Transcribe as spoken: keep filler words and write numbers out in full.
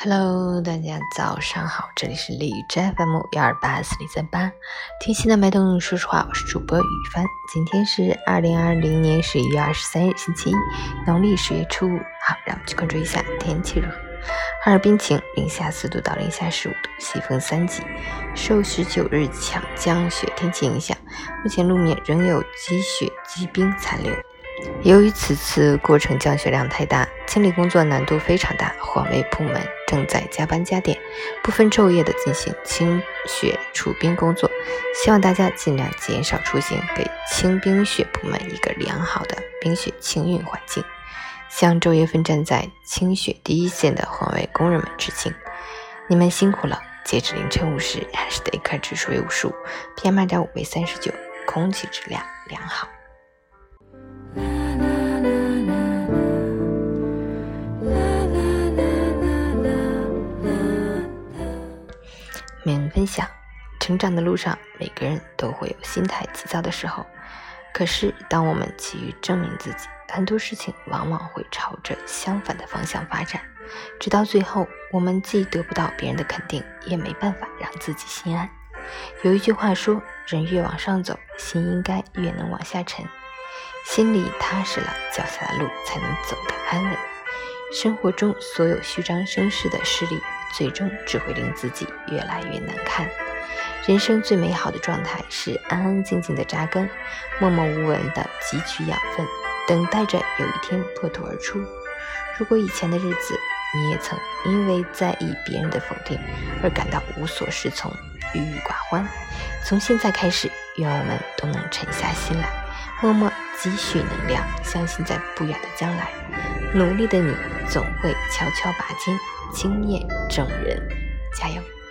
Hello， 大家早上好，这里是荔枝 F M 一二八四零三八，听心的脉动，说实话，我是主播雨帆。今天是二零二零年十一月二十三日，星期一，农历十月初五。好，让我们去关注一下天气如何。哈尔滨晴，零下四度到零下十五度，西风三级，受十九日强降雪天气影响，目前路面仍有积雪积冰残留。由于此次过程降雪量太大，清理工作难度非常大，环卫部门正在加班加点，不分昼夜地进行清雪除冰工作，希望大家尽量减少出行，给清冰雪部门一个良好的冰雪清运环境。向昼夜奋战在清雪第一线的环卫工人们致敬，你们辛苦了。截至凌晨五时，海市的 A Q I 指数为五十五 ，P M 二点五 为三十九，空气质量良好。每人分享，成长的路上，每个人都会有心态急躁的时候。可是，当我们急于证明自己，很多事情往往会朝着相反的方向发展，直到最后，我们既得不到别人的肯定，也没办法让自己心安。有一句话说，人越往上走，心应该越能往下沉。心里踏实了，脚下的路才能走得安稳。生活中所有虚张声势的势力，最终只会令自己越来越难看。人生最美好的状态是安安静静的扎根，默默无闻的汲取养分，等待着有一天破土而出。如果以前的日子你也曾因为在意别人的否定而感到无所适从、郁郁寡欢，从现在开始，愿我们都能沉下心来，默默积蓄能量，相信在不远的将来，努力的你总会悄悄拔尖，惊艳众人。加油！